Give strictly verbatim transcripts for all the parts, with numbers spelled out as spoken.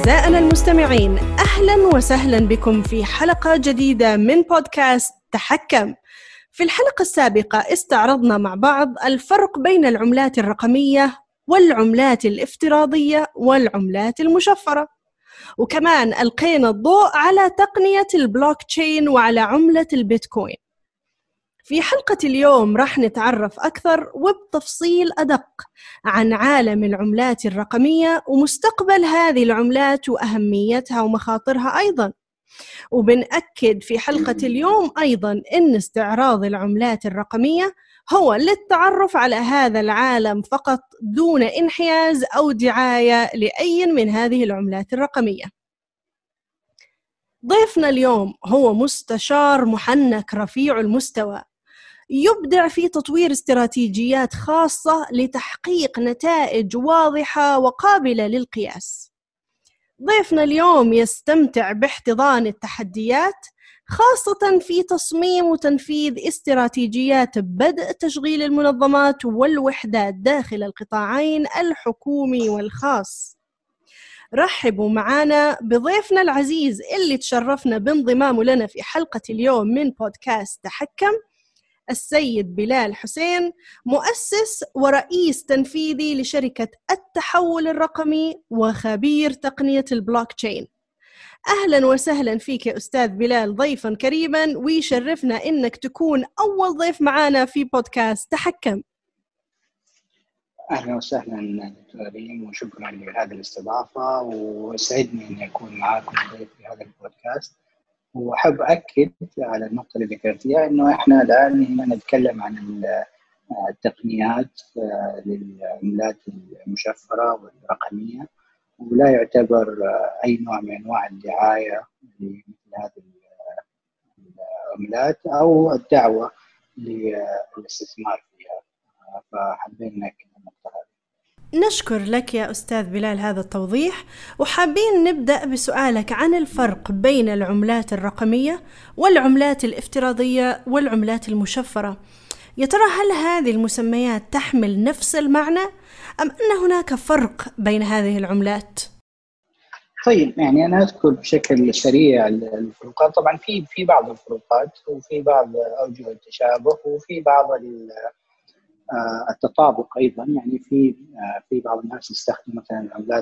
أعزائنا المستمعين، أهلا وسهلا بكم في حلقة جديدة من بودكاست تحكم. في الحلقة السابقة استعرضنا مع بعض الفرق بين العملات الرقمية والعملات الافتراضية والعملات المشفرة، وكمان ألقينا الضوء على تقنية البلوك تشين وعلى عملة البيتكوين. في حلقة اليوم راح نتعرف أكثر وبتفصيل أدق عن عالم العملات الرقمية ومستقبل هذه العملات وأهميتها ومخاطرها أيضاً. وبنأكد في حلقة اليوم أيضاً إن استعراض العملات الرقمية هو للتعرف على هذا العالم فقط دون انحياز أو دعاية لأي من هذه العملات الرقمية. ضيفنا اليوم هو مستشار محنك رفيع المستوى، يبدع في تطوير استراتيجيات خاصة لتحقيق نتائج واضحة وقابلة للقياس. ضيفنا اليوم يستمتع باحتضان التحديات، خاصة في تصميم وتنفيذ استراتيجيات بدء تشغيل المنظمات والوحدات داخل القطاعين الحكومي والخاص. رحبوا معنا بضيفنا العزيز اللي تشرفنا بانضمامه لنا في حلقة اليوم من بودكاست تحكم، السيد بلال حسين، مؤسس ورئيس تنفيذي لشركة التحول الرقمي وخبير تقنية البلوك تشين. أهلا وسهلا فيك يا أستاذ بلال، ضيفا كريما، ويشرفنا إنك تكون أول ضيف معنا في بودكاست تحكم. أهلا وسهلا دكتور ريم، وشكرا لهذه الاستضافة، وسعدني أن أكون معكم في هذا البودكاست. وأحب أكد على النقطة اللي ذكرتيها، إنه إحنا الآن هنا نتكلم عن التقنيات للعملات المشفرة والرقمية، ولا يعتبر أي نوع من أنواع الدعاية لمثل هذه العملات أو الدعوة للاستثمار فيها. فحبينا نأكد النقطة هذه. نشكر لك يا أستاذ بلال هذا التوضيح، وحابين نبدأ بسؤالك عن الفرق بين العملات الرقمية والعملات الافتراضية والعملات المشفرة. يا ترى هل هذه المسميات تحمل نفس المعنى أم أن هناك فرق بين هذه العملات؟ طيب، يعني أنا أذكر بشكل سريع الفروقات. طبعا في في بعض الفروقات، وفي بعض أوجه التشابه، وفي بعض التطابق أيضا. يعني في في بعض الناس يستخدم مثلا العملات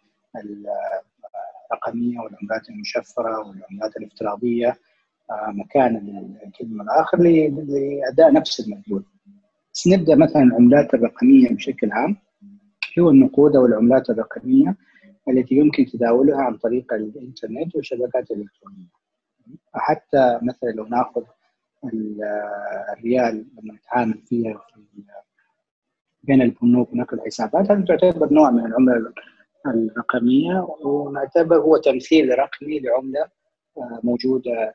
الرقمية والعملات المشفرة والعملات الافتراضية مكان الكلمة الآخر لأداء نفس المدلول. بس نبدأ مثلا العملات الرقمية بشكل عام، هو النقود أو العملات الرقمية التي يمكن تداولها عن طريق الإنترنت والشبكات الإلكترونية. حتى مثلا لو نأخذ الريال لما نتعامل فيها في بين البنوك ونقل الحسابات، هذه تعتبر نوع من العملة الرقمية، ونعتبر هو تمثيل رقمي لعملة موجودة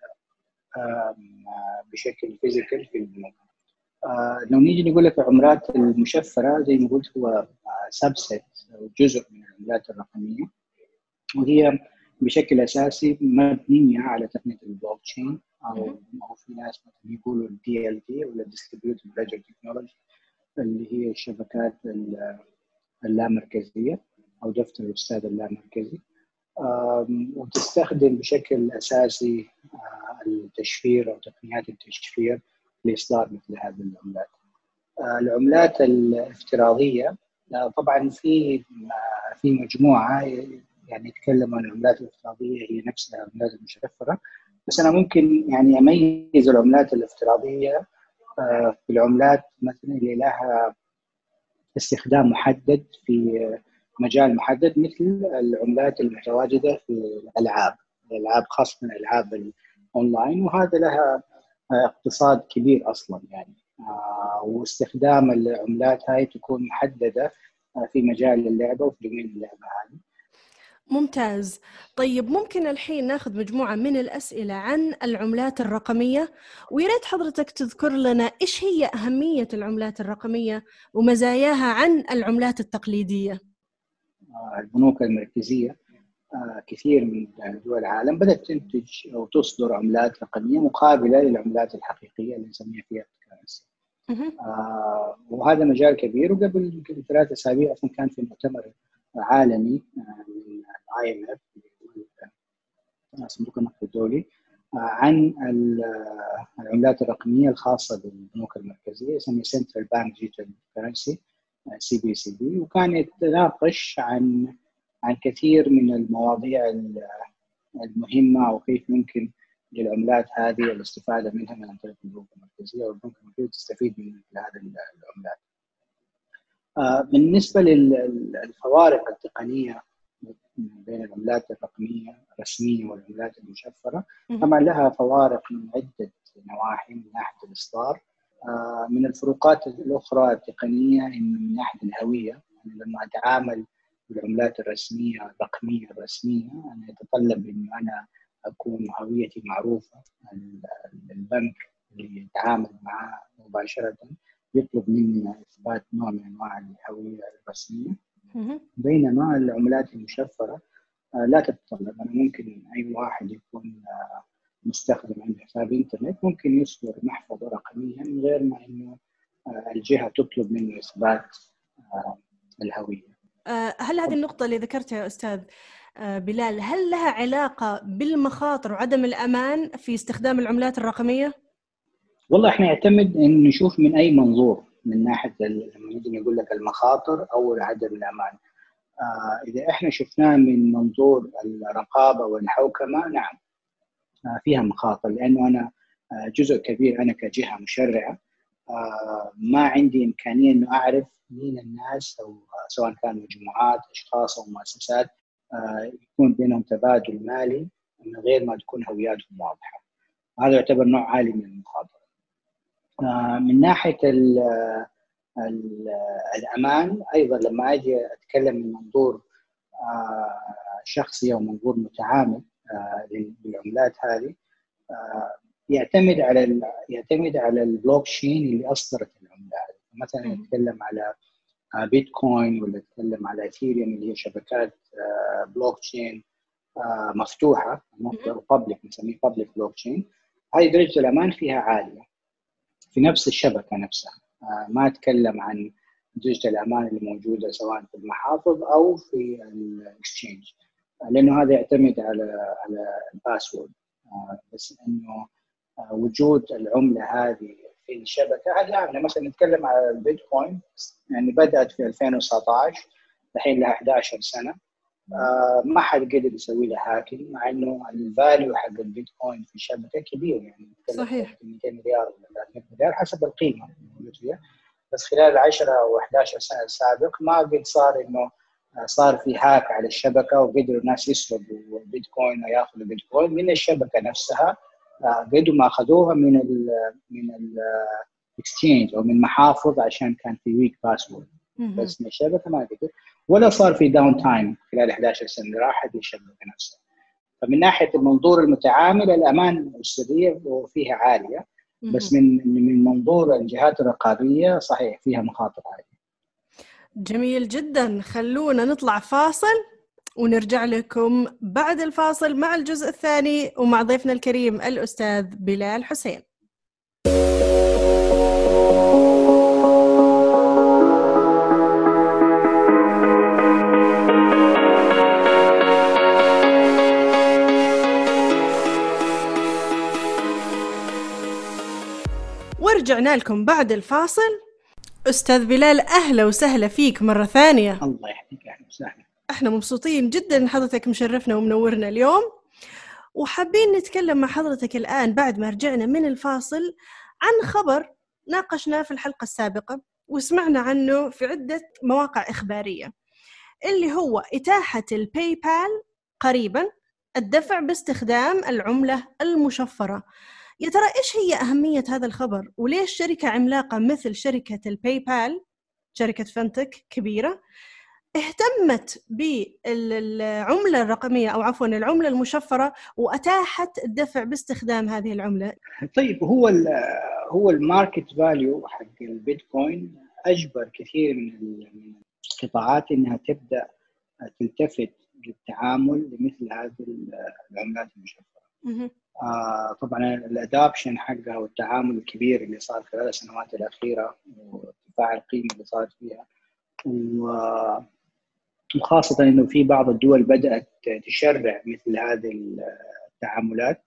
بشكل فيزيكال في البنوك. لو نيجي نقول لك العملات المشفرة، زي ما قلت، هو سبست أو جزء من العملات الرقمية، وهي بشكل أساسي مبنية على تقنية البلوك تشين، أو في ناس مثلا يقولوا ال دي إل تي ولا Distributed Ledger Technology، اللي هي الشبكات اللامركزية أو دفتر الأستاذ اللامركزي. وتستخدم بشكل أساسي التشفير أو تقنيات التشفير لإصدار مثل هذه العملات. العملات الافتراضية طبعا في في مجموعة يعني يتكلم عن العملات الافتراضية هي نفسها العملات المشفرة، بس أنا ممكن يعني أميز العملات الافتراضية بالعملات مثلا اللي لها استخدام محدد في مجال محدد، مثل العملات المتواجدة في الألعاب الألعاب خاصة الألعاب الأونلاين، وهذا لها اقتصاد كبير أصلا يعني. واستخدام العملات هاي تكون محددة في مجال اللعبة وفي دومين اللعبة هذه. ممتاز. طيب، ممكن الحين ناخذ مجموعة من الأسئلة عن العملات الرقمية، ويريد حضرتك تذكر لنا إيش هي أهمية العملات الرقمية ومزاياها عن العملات التقليدية. البنوك المركزية كثير من دول العالم بدأت تنتج أو تصدر عملات رقمية مقابلة للعملات الحقيقية اللي نسميها فيها كرنسي. آه وهذا مجال كبير. وقبل ثلاثة أسابيع أصلا كان في مؤتمر عالمي من الاي ام اف صندوق النقد الدولي عن العملات الرقميه الخاصه بالبنوك المركزيه، اسمها سنترال بانك ديجيتال كرنسي سي بي سي بي، وكانت تناقش عن عن كثير من المواضيع المهمه وكيف ممكن للعملات هذه الاستفاده منها من طريق البنوك المركزيه، والبنوك المركزيه تستفيد من هذه العملات. بالنسبه للفوارق التقنيه بين العملات الرقميه الرسميه والعملات المشفره، طبعا لها فوارق من عده نواحي. من ناحيه الاصدار، من الفروقات الاخرى التقنيه انه من ناحيه الهويه، يعني لما اتعامل بالعملات الرسميه الرقميه الرسميه انا يتطلب انه انا اكون هويتي معروفه، البنك اللي يتعامل معه مباشره يطلب مني اثبات نوع من انواع الهويه الرسميه. بينما العملات المشفره لا تتطلب، انا ممكن اي واحد يكون مستخدم عنده حساب انترنت ممكن يصدر محفظه رقميه من غير ما انه الجهه تطلب منه اثبات الهويه. هل هذه النقطه اللي ذكرتها يا استاذ بلال هل لها علاقه بالمخاطر وعدم الامان في استخدام العملات الرقميه؟ والله احنا يعتمد ان نشوف من اي منظور، من ناحيه لما نجي نقول لك المخاطر او عدم الامان. آه اذا احنا شفناه من منظور الرقابه والحوكمه، نعم آه فيها مخاطر، لانه انا آه جزء كبير انا كجهه مشرعه آه ما عندي امكانيه انه اعرف مين الناس، او سواء كانوا مجموعات اشخاص او مؤسسات آه يكون بينهم تبادل مالي من غير ما تكون هوياتهم واضحه. هذا يعتبر نوع عالي من المخاطره. من ناحية ال ال الأمان أيضا، لما أجي أتكلم من منظور شخصي أو منظور متعامل بالعملات هذه، يعتمد على يعتمد على البلوك تشين اللي أصدرت العملات. مثلا نتكلم على بيتكوين ولا نتكلم على اثيريوم اللي هي شبكات بلوك تشين مفتوحة، بابليك نسميه بابليك بلوك تشين. هذه درجة الأمان فيها عالية في نفس الشبكة نفسها. ما أتكلم عن درجة الأمان اللي موجودة سواء في المحافظ أو في الإكسشينج، لأنه هذا يعتمد على على الباسورد. بس إنه وجود العملة هذه في الشبكة هذه آمنة. مثلا نتكلم على البيتكوين، يعني بدأت في ألفين وتسعة عشر، الحين لها أحد عشر سنة، ما حد قدر يسوي له هاكينج، مع انه الفاليو حق البيتكوين في الشبكه كبير، يعني صحيح مئتين مليار ولا ثلاثمئة مليار حسب القيمه اللي فيها. بس خلال العشرة او أحد عشر سنه السابق ما قد صار انه صار في هاك على الشبكه وقدروا الناس يسرقوا بيتكوين وياخذوا بيتكوين من الشبكه نفسها، قدروا ما اخذوها من ال من الاكسشينج او من محافظ عشان كان في ويك باسورد، بس من الشبكه ما قدر، ولا صار في داون تايم خلال أحد عشر سنه راحت للشبكه نفسها. فمن ناحيه المنظور المتعامل الامان والسريه فيها عاليه، بس من من منظور الجهات الرقابيه صحيح فيها مخاطر عاليه. جميل جدا. خلونا نطلع فاصل ونرجع لكم بعد الفاصل مع الجزء الثاني ومع ضيفنا الكريم الأستاذ بلال حسين. ورجعنا لكم بعد الفاصل. أستاذ بلال أهلا وسهلا فيك مرة ثانية. الله يحييك، أهلا وسهلا. احنا مبسوطين جدا ان حضرتك مشرفنا ومنورنا اليوم، وحابين نتكلم مع حضرتك الآن بعد ما رجعنا من الفاصل عن خبر ناقشناه في الحلقة السابقة وسمعنا عنه في عدة مواقع إخبارية، اللي هو إتاحة الباي بال قريبا الدفع باستخدام العملة المشفرة. يا ترى إيش هي أهمية هذا الخبر، وليش شركة عملاقة مثل شركة الباي بال، شركة فنتك كبيرة، اهتمت بالعملة الرقمية أو عفواً العملة المشفرة وأتاحت الدفع باستخدام هذه العملة؟ طيب، هو هو الماركت فاليو حق البيتكوين أجبر كثير من القطاعات إنها تبدأ تلتفت للتعامل لمثل هذه العملات المشفرة. آه طبعا الادابشن حقها والتعامل الكبير اللي صار خلال السنوات الأخيرة وارتفاع القيمة اللي صارت فيها، و وخاصة إنه في بعض الدول بدأت تشرع مثل هذه التعاملات.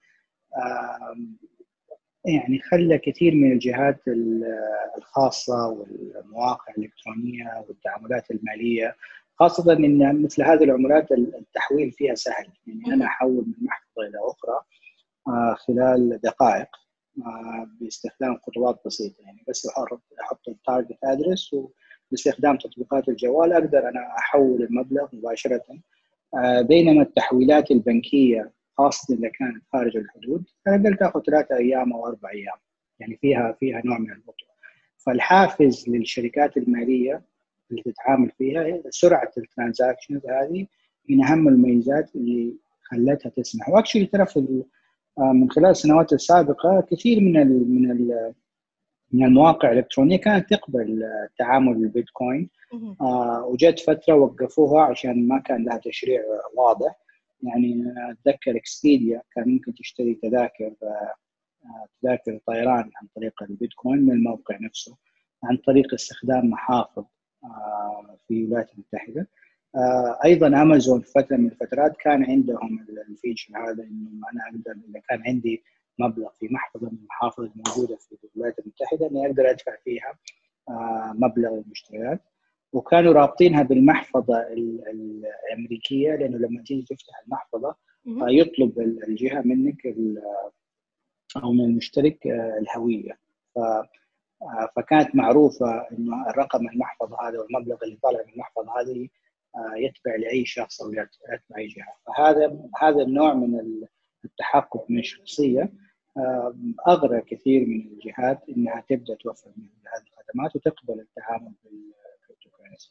يعني خلى كثير من الجهات الخاصة والمواقع الإلكترونية والتعاملات المالية، خاصة إن مثل هذه العملات التحويل فيها سهل. يعني أنا أحول من محفظة إلى أخرى خلال دقائق باستخدام خطوات بسيطة. يعني بس أحط التارجت أدرس، وباستخدام تطبيقات الجوال أقدر أنا أحول المبلغ مباشرة. بينما التحويلات البنكية خاصة إذا كانت خارج الحدود أقل تأخذ ثلاثة أيام أو أربع أيام، يعني فيها فيها نوع من البطء. فالحافز للشركات المالية اللي تتعامل فيها سرعة الترانزاكشنز، هذه من أهم المميزات اللي خلتها تسمح. واكشلي ترى من خلال السنوات السابقة كثير من ال من ال من المواقع الإلكترونية كانت تقبل تعامل البيتكوين، آه وجت فترة وقفوها عشان ما كان لها تشريع واضح. يعني أتذكر إكسبيديا كان ممكن تشتري تذاكر آه تذاكر طيران عن طريق البيتكوين من الموقع نفسه، عن طريق استخدام محافظ آه في الولايات المتحدة. آه أيضا أمازون في فترة من الفترات كان عندهم الفيتشر هذا، إنه أنا أقدر إذا كان عندي مبلغ في محفظة من المحافظ الموجودة في الولايات المتحدة إني أقدر أدفع فيها آه مبلغ المشتريات. وكانوا رابطينها بالمحفظة الأمريكية، لأنه لما تيجي تفتح المحفظة آه يطلب الجهة منك أو من المشترك آه الهوية. ف فكانت معروفة إنه الرقم المحفظة هذا والمبلغ اللي طالع من المحفظة هذه يتبع لأي شخص أو يتبع أي جهة. فهذا هذا النوع من التحقق من الشخصية أغرى كثير من الجهات إنها تبدأ توفر من هذه الخدمات وتقبل التعامل بالكريبتوكرنسي.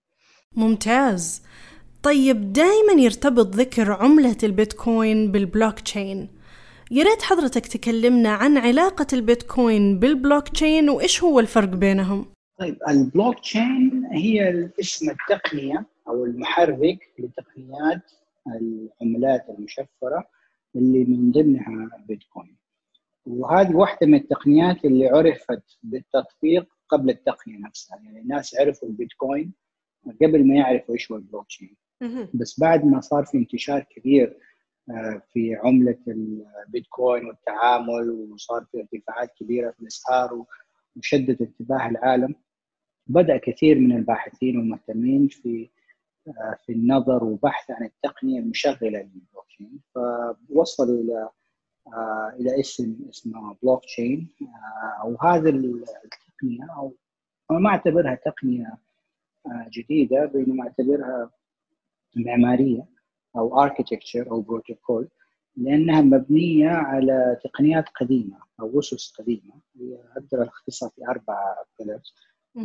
ممتاز. طيب دائما يرتبط ذكر عملة البيتكوين بالبلوك تشين، يا ريت حضرتك تكلمنا عن علاقة البيتكوين بالبلوك تشين وإيش هو الفرق بينهم؟ طيب البلوك تشين هي اسم التقنية أو المحرك لتقنيات العملات المشفرة اللي من ضمنها بيتكوين. وهذه واحدة من التقنيات اللي عرفت بالتطبيق قبل التقنية نفسها. يعني الناس عرفوا البيتكوين قبل ما يعرفوا إيش هو البلوك تشين، بس بعد ما صار في انتشار كبير في عملة البيتكوين والتعامل، وصار في ارتفاعات كبيرة في الأسعار وشدت انتباه العالم، بدأ كثير من الباحثين والمهتمين في في النظر وبحث عن التقنية المشغلة للبلوكشين، فوصلوا إلى إلى اسم اسمه بلوكشين. وهذه التقنية، أو أنا ما أعتبرها تقنية جديدة، بينما أعتبرها معمارية أو architecture أو بروتوكول، لأنها مبنية على تقنيات قديمة أو أسس قديمة. أقدر ألخصها في أربع بيلرز.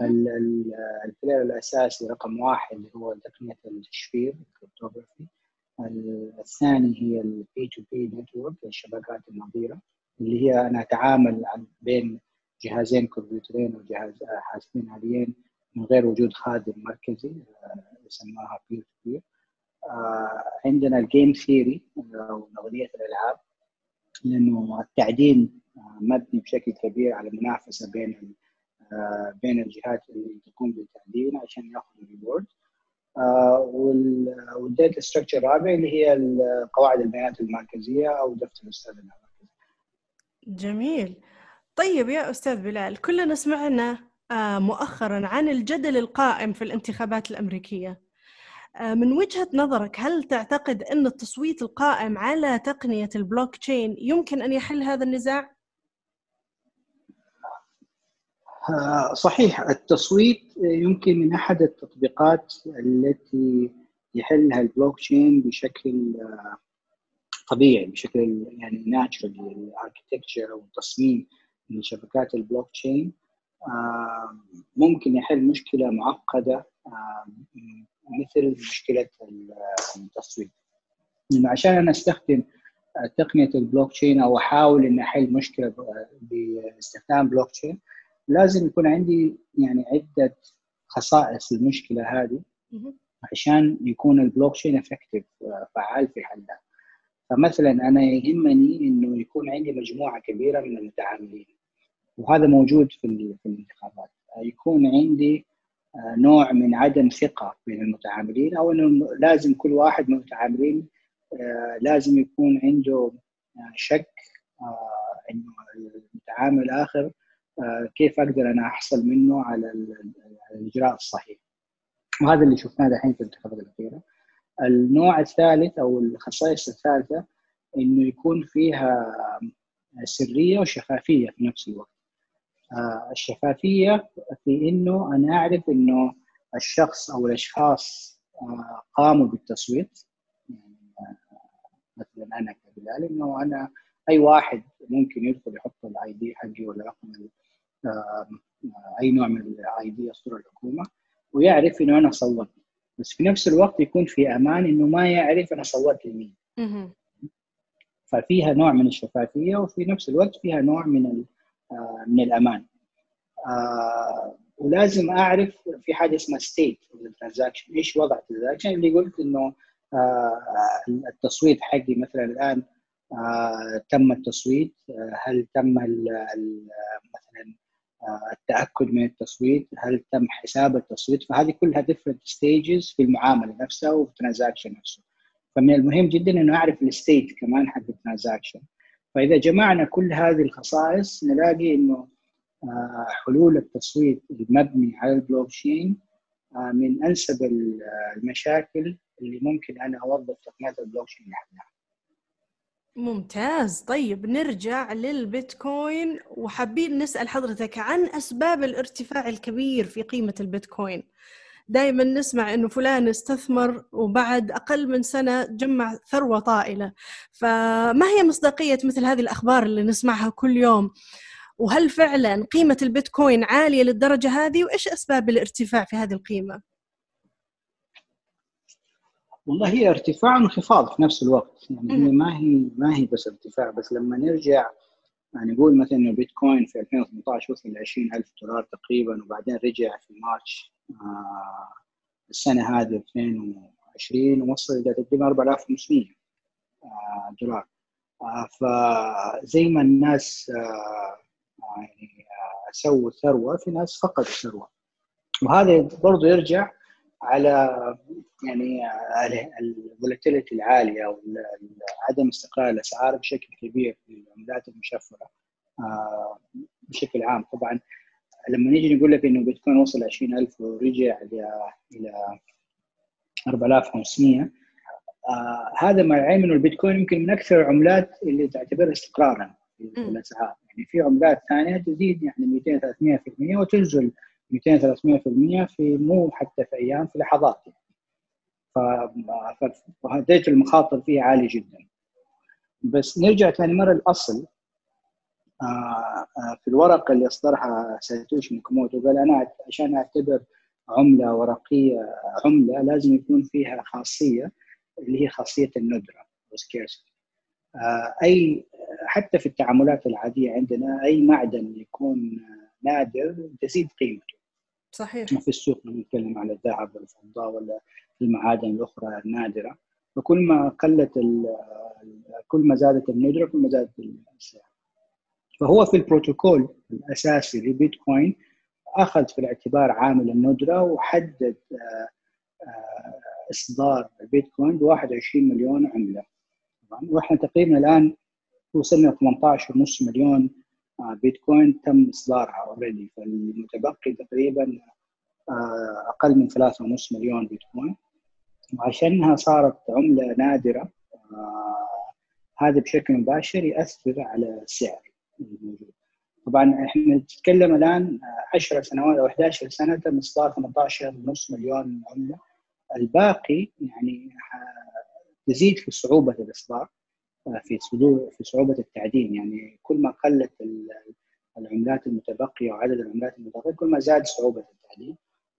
البيلر الأساسي رقم واحد اللي هو تقنية التشفير الكريبتوغرافي. الثاني هي ال بي تو بي network الشبكات النظيرة، اللي هي أنا أتعامل بين جهازين كمبيوترين أو جهاز حاسوبين آليين من غير وجود خادم مركزي، يسمىها بير تو بير. عندنا الجيم ثيوري أو نظرية الألعاب، لأنه التعدين مبني بشكل كبير على منافسة بين بين الجهات اللي تقوم بالتعدين عشان يأخذوا ريورد. والداتا ستراكشر الرابع اللي هي قواعد البيانات المركزية أو دفتر الأستاذ المركزي. جميل. طيب يا أستاذ بلال، كلنا سمعنا مؤخرا عن الجدل القائم في الانتخابات الأمريكية. من وجهة نظرك، هل تعتقد أن التصويت القائم على تقنية البلوك تشين يمكن أن يحل هذا النزاع؟ صحيح، التصويت يمكن من أحد التطبيقات التي يحلها البلوك تشين بشكل طبيعي، بشكل يعني ناتشرال. الاركتكتشر أو التصميم من شبكات البلوك تشين ممكن يحل مشكلة معقدة مثل مشكلة التصويت. إنه عشان أنا أستخدم تقنية البلوك تشين أو أحاول إن أحل مشكلة باستخدام بلوك تشين، لازم يكون عندي يعني عدة خصائص المشكلة هذه عشان يكون البلوك تشين effective فعال في حلها. فمثلا أنا يهمني إنه يكون عندي مجموعة كبيرة من المتعاملين، وهذا موجود في في الانتخابات. يكون عندي نوع من عدم ثقة بين المتعاملين، أو أنه لازم كل واحد من المتعاملين لازم يكون عنده شك أنه المتعامل الآخر كيف أقدر أنا أحصل منه على الإجراء الصحيح. وهذا اللي شفناه دحين في الانتخابات الأخيرة. النوع الثالث أو الخصائص الثالثة إنه يكون فيها سرية وشفافية في نفس الوقت. الشفافية في إنه أنا أعرف إنه الشخص أو الأشخاص قاموا بالتصويت. مثلا أنا كبلال إنه أنا أي واحد ممكن يدخل يحط الاي دي حقي ولا رقم أي نوع من الاي دي يصدر الحكومة ويعرف إنه أنا صوت، بس في نفس الوقت يكون في أمان إنه ما يعرف أنا صوت لمين. ففيها نوع من الشفافية وفي نفس الوقت فيها نوع من من الأمان. آه ولازم أعرف في حاجة اسمها state transaction، إيش وضع الترانزاكشن اللي قلت إنه آه التصويت حقي مثلا الآن آه تم التصويت، آه هل تم ال ال مثلا آه التأكد من التصويت، هل تم حساب التصويت، فهذه كلها different stages في المعاملة نفسها وفي الترانزاكشن نفسه. فمن المهم جدا إنه أعرف الستيت كمان حق الترانزاكشن. فإذا جمعنا كل هذه الخصائص نلاقي إنه حلول التصويت المبني على البلوكشين من أنسب المشاكل اللي ممكن أنا أوظف تقنيات البلوكشين لحلها. ممتاز. طيب نرجع للبيتكوين، وحابين نسأل حضرتك عن أسباب الارتفاع الكبير في قيمة البيتكوين. دائما نسمع إنه فلان استثمر وبعد أقل من سنة جمع ثروة طائلة، فما هي مصداقية مثل هذه الأخبار اللي نسمعها كل يوم؟ وهل فعلا قيمة البيتكوين عالية للدرجة هذه؟ وإيش أسباب الارتفاع في هذه القيمة؟ والله هي ارتفاع وانخفاض في نفس الوقت، يعني هي ما هي ما هي بس ارتفاع. بس لما نرجع يعني نقول مثلا إنه البيتكوين في ألفين وثمانية عشر وصل ل عشرين ألف دولار تقريبا، وبعدين رجع في مارس آه السنة هذه ألفين وعشرين ووصل إلى تقريبا أربعة آلاف وخمسمئة آه دولار. آه فزي ما الناس آه يعني آه سووا ثروة، في ناس فقدوا ثروة. وهذا برضو يرجع على يعني الفولاتيليتي العالية وعدم استقرار الأسعار بشكل كبير في العملات المشفرة آه بشكل عام. طبعا لما نيجي نقول لك إنه بيتكوين وصل عشرين ألف ورجع إلى أربعة آلاف وخمسمئة، آه هذا مع العلم إنه البيتكوين يمكن من أكثر العملات اللي تعتبر استقرارا في الأسعار. يعني في عملات ثانية تزيد يعني مئتين ثلاثمئة بالمئة وتنزل مئتين ثلاثمئة بالمئة في مو حتى في أيام، في لحظات. فهدية المخاطر فيها عالي جدا. بس نرجع ثاني مرة الأصل في الورقة اللي أصدرها ساتوشي ناكاموتو، قال أنا عشان أعتبر عملة ورقية عملة لازم يكون فيها خاصية اللي هي خاصية الندرة والسكيرسيتي. أي حتى في التعاملات العادية عندنا أي معدن يكون نادر تزيد قيمته. صحيح. في السوق نتكلم على الذهب والفضة ولا المعادن الأخرى النادرة، وكل ما قلت كل ما زادت الندرة كل ما زادت السعر. فهو في البروتوكول الأساسي لبيتكوين أخذ في الاعتبار عامل الندرة وحدد إصدار البيتكوين ب واحد وعشرين مليون عملة. وإحنا تقريبا الآن وصلنا ثمانية عشر فاصلة خمسة مليون بيتكوين تم إصدارها أوريدي، فالمتبقي تقريبا أقل من ثلاثة ونص مليون بيتكوين. وعشانها صارت عملة نادرة هذا بشكل مباشر يأثر على السعر الموجود. طبعا احنا نتكلم الآن عشر سنوات أو إحدى عشرة سنة تم إصدار ثمانية عشر ونص مليون عملة. الباقي يعني تزيد في صعوبة الإصدار، في في صعوبة التعدين. يعني كل ما قلت العملات المتبقية وعدد العملات المتبقية كل ما زاد صعوبة التعدين.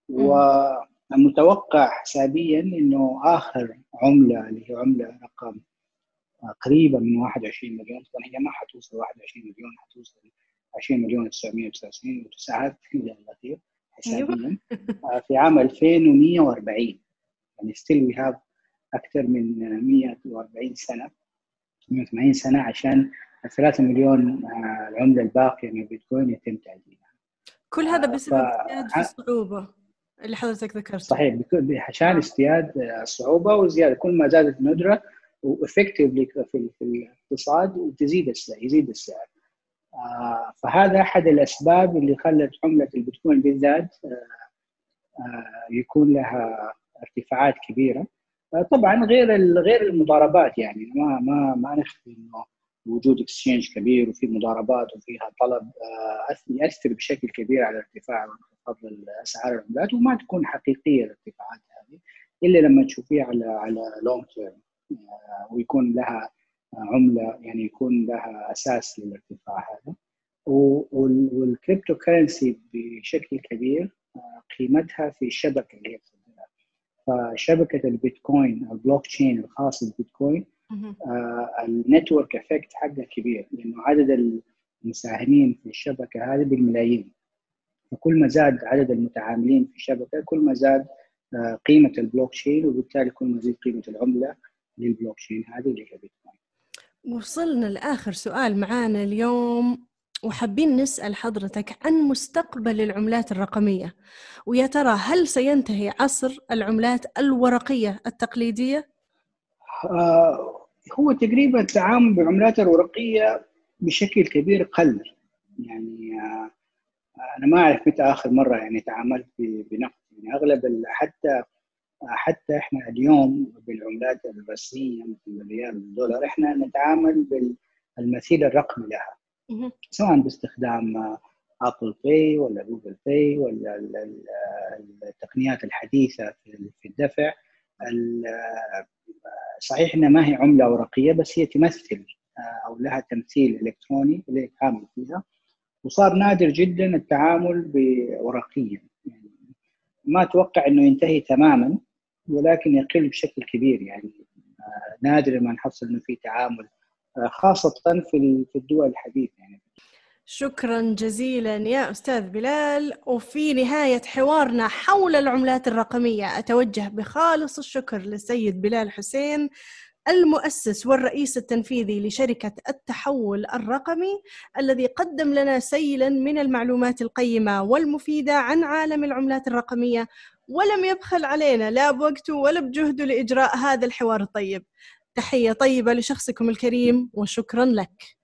ومتوقع حسابيا إنه آخر عملة اللي هي عملة رقم قريبة من واحد وعشرين مليون، طبعا هي ما حتوصل واحد وعشرين مليون، حتوصل عشرين مليون وتسعمئة وتسعة وتسعين وتساعد في الأخير حسابيا في عام ألفين ومئة وأربعين. يعني still we have أكثر من مئة وأربعين سنة مئة وثمانين سنة عشان ثلاثة مليون العملة الباقية من البيتكوين يتم تعديلها. كل هذا بسبب زيادة في الصعوبة. اللي حضرتك ذكرته. صحيح، عشان ازدياد الصعوبة وزيادة، كل ما زادت الندرة وإفكتيفلي في الاقتصاد وتزيد السعر، يزيد السعر. آه فهذا أحد الأسباب اللي خلت عملة البيتكوين بالذات آه آه يكون لها ارتفاعات كبيرة. آه طبعا غير غير المضاربات، يعني ما ما ما نخفي إنه وجود اكسشينج كبير وفي مضاربات وفيها طلب آه يأثر بشكل كبير على ارتفاع وانخفاض اسعار العملات، وما تكون حقيقيه الارتفاعات هذه الا لما تشوفيها على على لونج تيرم، ويكون لها عمله، يعني يكون لها اساس للارتفاع هذا. والكريبتو كرنسي بشكل كبير قيمتها في الشبكه اللي هي بتستخدمها. فشبكه البيتكوين او البلوك تشين الخاص بالبيتكوين آه النتورك افكت حقها كبير، لانه عدد المساهمين في الشبكه هذه بالملايين. فكل ما زاد عدد المتعاملين في الشبكه كل ما زاد آه قيمه البلوك تشين، وبالتالي كل ما زاد قيمه العمله للبلوك تشين هذه اللي هي بيتكوين. وصلنا لآخر سؤال معانا اليوم، وحابين نسأل حضرتك عن مستقبل العملات الرقمية، ويا ترى هل سينتهي عصر العملات الورقية التقليدية؟ آه هو تقريبا التعامل بالعملات الورقية بشكل كبير قل. يعني آه أنا ما أعرف متى آخر مرة يعني تعاملت بنقد. يعني أغلب حتى حتى إحنا اليوم بالعملات الرسمية مثل الريال والدولار إحنا نتعامل بالمثيل الرقمي لها، سواء باستخدام أبل باي ولا جوجل باي ولا التقنيات الحديثة في الدفع. صحيح إنها ما هي عملة ورقية، بس هي تمثل أو لها تمثيل إلكتروني اللي يتعامل فيها، وصار نادر جدا التعامل بورقيا. يعني ما أتوقع إنه ينتهي تماما، ولكن يقل بشكل كبير. يعني نادر ما نحصل إنه في تعامل، خاصة في في الدول الحديثة. يعني شكرا جزيلا يا أستاذ بلال. وفي نهاية حوارنا حول العملات الرقمية أتوجه بخالص الشكر للسيد بلال حسين، المؤسس والرئيس التنفيذي لشركة التحول الرقمي، الذي قدم لنا سيلا من المعلومات القيمة والمفيدة عن عالم العملات الرقمية، ولم يبخل علينا لا بوقته ولا بجهده لإجراء هذا الحوار الطيب. تحية طيبة لشخصكم الكريم وشكرا لك.